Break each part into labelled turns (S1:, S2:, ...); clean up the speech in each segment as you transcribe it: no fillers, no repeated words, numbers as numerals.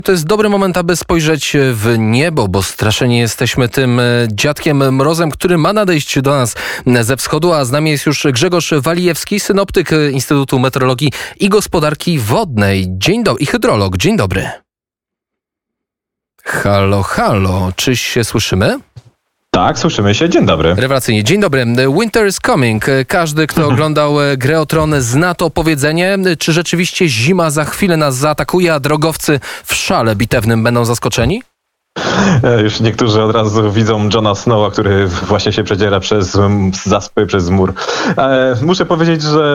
S1: To jest dobry moment, aby spojrzeć w niebo, bo straszeni jesteśmy tym dziadkiem mrozem, który ma nadejść do nas ze wschodu, a z nami jest już Grzegorz Walijewski, synoptyk Instytutu Meteorologii i Gospodarki Wodnej. Dzień dobry. I hydrolog. Dzień dobry. Halo, halo. Czy się słyszymy?
S2: Tak, słyszymy się. Dzień dobry.
S1: Rewelacyjnie. Dzień dobry. Winter is coming. Każdy, kto oglądał Grę o Tron, zna to powiedzenie. Czy rzeczywiście zima za chwilę nas zaatakuje, a drogowcy w szale bitewnym będą zaskoczeni?
S2: Już niektórzy od razu widzą Jona Snowa, który właśnie się przedziera przez zaspy, przez mur. Muszę powiedzieć, że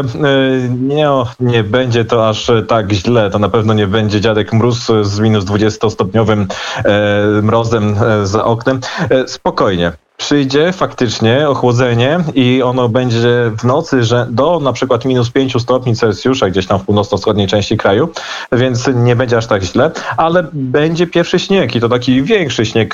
S2: nie będzie to aż tak źle. To na pewno nie będzie dziadek mróz z minus 20-stopniowym mrozem za oknem. Spokojnie. Przyjdzie faktycznie ochłodzenie i ono będzie w nocy, że do na przykład minus 5 stopni Celsjusza gdzieś tam w północno-wschodniej części kraju, więc nie będzie aż tak źle, ale będzie pierwszy śnieg i to taki większy śnieg,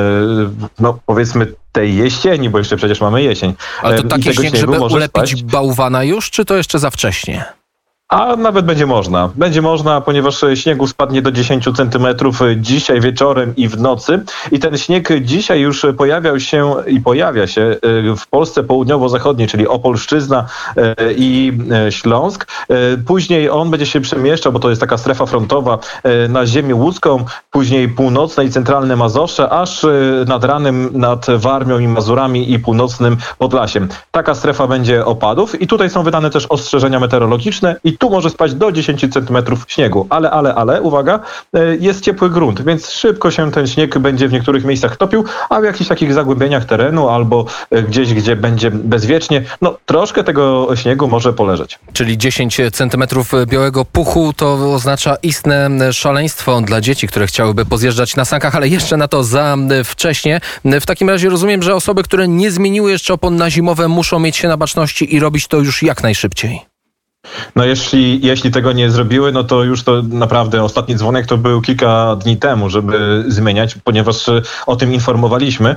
S2: no powiedzmy tej jesieni, bo jeszcze przecież mamy jesień.
S1: Ale to taki śnieg, żeby ulepić bałwana już, czy to jeszcze za wcześnie?
S2: A nawet będzie można. Będzie można, ponieważ śniegu spadnie do 10 centymetrów dzisiaj wieczorem i w nocy. I ten śnieg dzisiaj już pojawia się w Polsce południowo-zachodniej, czyli Opolszczyzna i Śląsk. Później on będzie się przemieszczał, bo to jest taka strefa frontowa, na ziemię łódzką, później północne i centralne Mazowsze, aż nad ranem nad Warmią i Mazurami i północnym Podlasiem. Taka strefa będzie opadów i tutaj są wydane też ostrzeżenia meteorologiczne i tu może spaść do 10 centymetrów śniegu. Ale, uwaga, jest ciepły grunt, więc szybko się ten śnieg będzie w niektórych miejscach topił, a w jakichś takich zagłębieniach terenu albo gdzieś, gdzie będzie bezwiecznie, no troszkę tego śniegu może poleżeć.
S1: Czyli 10 centymetrów białego puchu to oznacza istne szaleństwo dla dzieci, które chciałyby pozjeżdżać na sankach, ale jeszcze na to za wcześnie. W takim razie rozumiem, że osoby, które nie zmieniły jeszcze opon na zimowe, muszą mieć się na baczności i robić to już jak najszybciej.
S2: No jeśli tego nie zrobiły, no to już to naprawdę ostatni dzwonek to był kilka dni temu, żeby zmieniać, ponieważ o tym informowaliśmy,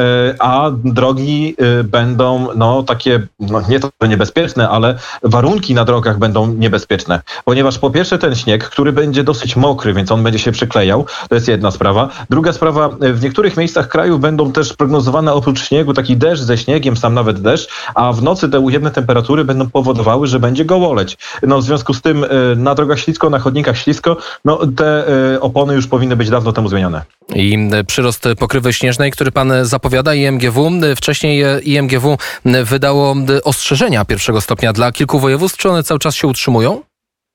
S2: a drogi będą takie, nie to niebezpieczne, ale warunki na drogach będą niebezpieczne, ponieważ po pierwsze ten śnieg, który będzie dosyć mokry, więc on będzie się przyklejał, to jest jedna sprawa. Druga sprawa, w niektórych miejscach kraju będą też prognozowane oprócz śniegu taki deszcz ze śniegiem, sam nawet deszcz, a w nocy te ujemne temperatury będą powodowały, że będzie gołoleć. W związku z tym na drogach ślisko, na chodnikach ślisko, te opony już powinny być dawno temu zmienione.
S1: I przyrost pokrywy śnieżnej, który pan zapowiada, IMGW. Wcześniej IMGW wydało ostrzeżenia pierwszego stopnia dla kilku województw. Czy one cały czas się utrzymują?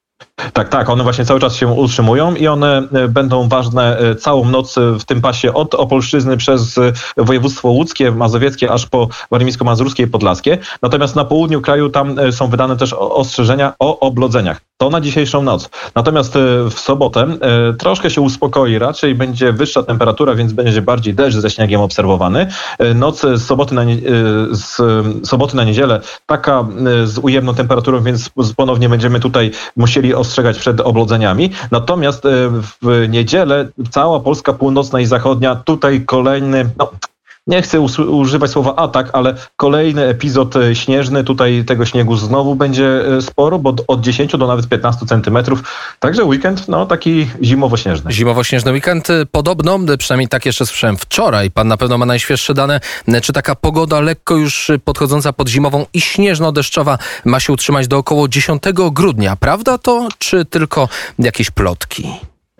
S2: Tak, one właśnie cały czas się utrzymują i one będą ważne całą noc w tym pasie od Opolszczyzny przez województwo łódzkie, mazowieckie, aż po warmińsko-mazurskie i podlaskie. Natomiast na południu kraju tam są wydane też ostrzeżenia o oblodzeniach. To na dzisiejszą noc. Natomiast w sobotę troszkę się uspokoi, raczej będzie wyższa temperatura, więc będzie bardziej deszcz ze śniegiem obserwowany. Noc z soboty na niedzielę taka z ujemną temperaturą, więc ponownie będziemy tutaj musieli ostrzegać przed oblodzeniami. Natomiast w niedzielę cała Polska północna i zachodnia, tutaj kolejny, nie chcę używać słowa atak, ale kolejny epizod śnieżny. Tutaj tego śniegu znowu będzie sporo, bo od 10 do nawet 15 centymetrów. Także weekend, taki zimowo-śnieżny.
S1: Zimowo-śnieżny weekend. Podobno, przynajmniej tak jeszcze słyszałem wczoraj, pan na pewno ma najświeższe dane, czy taka pogoda lekko już podchodząca pod zimową i śnieżno-deszczowa ma się utrzymać do około 10 grudnia. Prawda to, czy tylko jakieś plotki?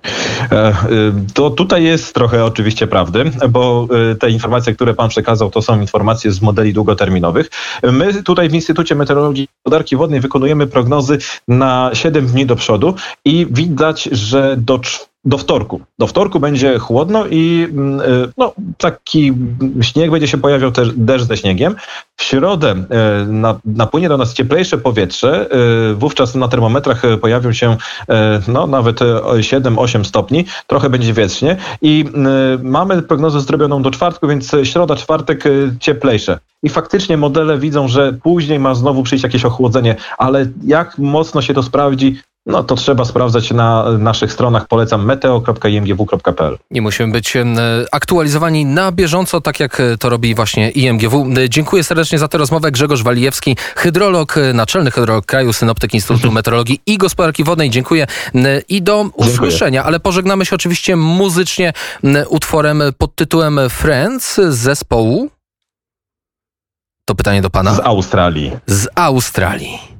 S2: To tutaj jest trochę oczywiście prawdy, bo te informacje, które pan przekazał, to są informacje z modeli długoterminowych. My tutaj w Instytucie Meteorologii i Gospodarki Wodnej wykonujemy prognozy na 7 dni do przodu i widać, że do wtorku będzie chłodno i taki śnieg będzie się pojawiał, też deszcz ze śniegiem. W środę napłynie do nas cieplejsze powietrze. Wówczas na termometrach pojawią się nawet 7-8 stopni. Trochę będzie wietrznie i mamy prognozę zrobioną do czwartku, więc środa, czwartek cieplejsze. I faktycznie modele widzą, że później ma znowu przyjść jakieś ochłodzenie, ale jak mocno się to sprawdzi, No to trzeba sprawdzać na naszych stronach. Polecam meteo.imgw.pl.
S1: I musimy być aktualizowani na bieżąco, tak jak to robi właśnie IMGW. Dziękuję serdecznie za tę rozmowę. Grzegorz Walijewski, hydrolog, naczelny hydrolog kraju, synoptyk Instytutu Meteorologii i Gospodarki Wodnej. Dziękuję i do usłyszenia. Ale pożegnamy się oczywiście muzycznie utworem pod tytułem Friends z zespołu. To pytanie do pana.
S2: Z Australii.
S1: Z Australii.